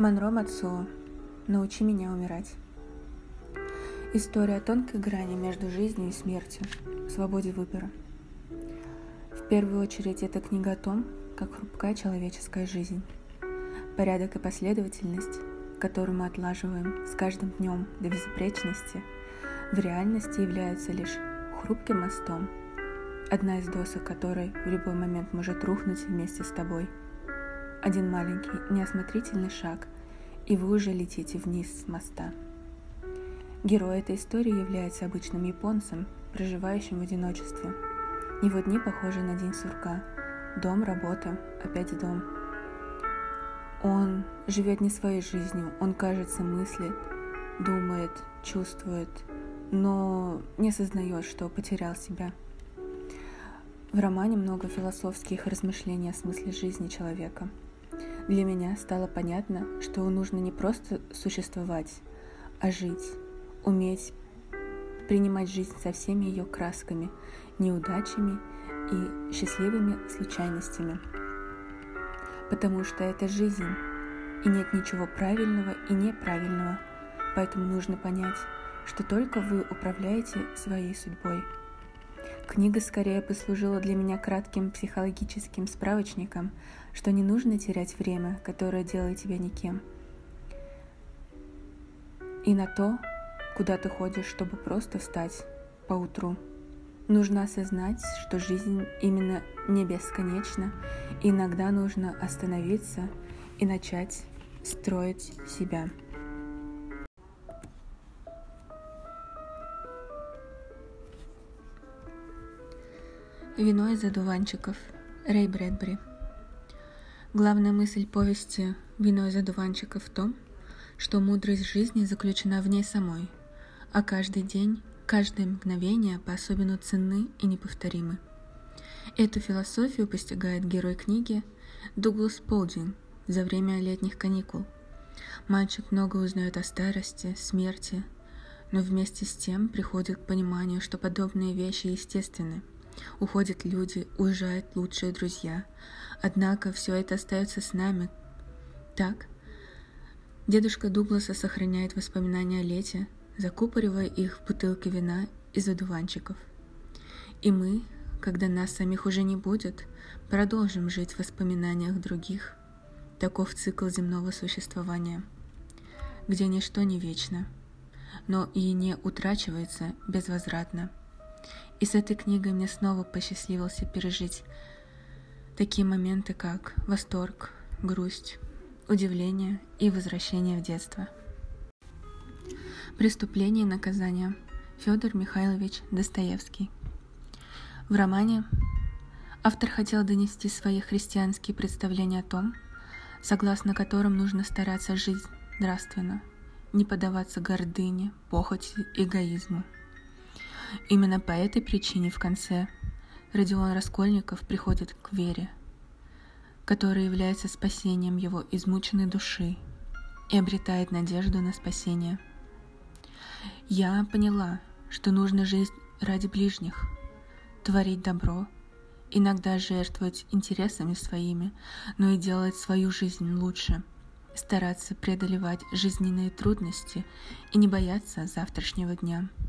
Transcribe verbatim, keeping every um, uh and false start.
Монро Мацуо. Научи меня умирать. История о тонкой грани между жизнью и смертью, свободе выбора. В первую очередь, это книга о том, как хрупка человеческая жизнь. Порядок и последовательность, которую мы отлаживаем с каждым днем до безупречности, в реальности являются лишь хрупким мостом, одна из досок которой в любой момент может рухнуть вместе с тобой. Один маленький, неосмотрительный шаг, и вы уже летите вниз с моста. Герой этой истории является обычным японцем, проживающим в одиночестве. Его дни похожи на день сурка. Дом, работа, опять дом. Он живет не своей жизнью, он, кажется, мыслит, думает, чувствует, но не осознает, что потерял себя. В романе много философских размышлений о смысле жизни человека. Для меня стало понятно, что нужно не просто существовать, а жить, уметь принимать жизнь со всеми ее красками, неудачами и счастливыми случайностями. Потому что это жизнь, и нет ничего правильного и неправильного, поэтому нужно понять, что только вы управляете своей судьбой. Книга скорее послужила для меня кратким психологическим справочником, что не нужно терять время, которое делает тебя никем, и на то, куда ты ходишь, чтобы просто встать поутру. Нужно осознать, что жизнь именно не бесконечна, и иногда нужно остановиться и начать строить себя. Вино из одуванчиков. Рэй Брэдбери. Главная мысль повести «Вино из одуванчиков» в том, что мудрость жизни заключена в ней самой, а каждый день, каждое мгновение по-особенно ценны и неповторимы. Эту философию постигает герой книги Дуглас Полдин за время летних каникул. Мальчик много узнает о старости, смерти, но вместе с тем приходит к пониманию, что подобные вещи естественны. Уходят люди, уезжают лучшие друзья, однако все это остается с нами. Так, дедушка Дугласа сохраняет воспоминания о лете, закупоривая их в бутылке вина из одуванчиков. И мы, когда нас самих уже не будет, продолжим жить в воспоминаниях других. Таков цикл земного существования, где ничто не вечно, но и не утрачивается безвозвратно. И с этой книгой мне снова посчастливилось пережить такие моменты, как восторг, грусть, удивление и возвращение в детство. Преступление и наказание. Федор Михайлович Достоевский. В романе автор хотел донести свои христианские представления о том, согласно которым нужно стараться жить нравственно, не поддаваться гордыне, похоти, эгоизму. Именно по этой причине в конце Родион Раскольников приходит к вере, которая является спасением его измученной души и обретает надежду на спасение. Я поняла, что нужно жить ради ближних, творить добро, иногда жертвовать интересами своими, но и делать свою жизнь лучше, стараться преодолевать жизненные трудности и не бояться завтрашнего дня.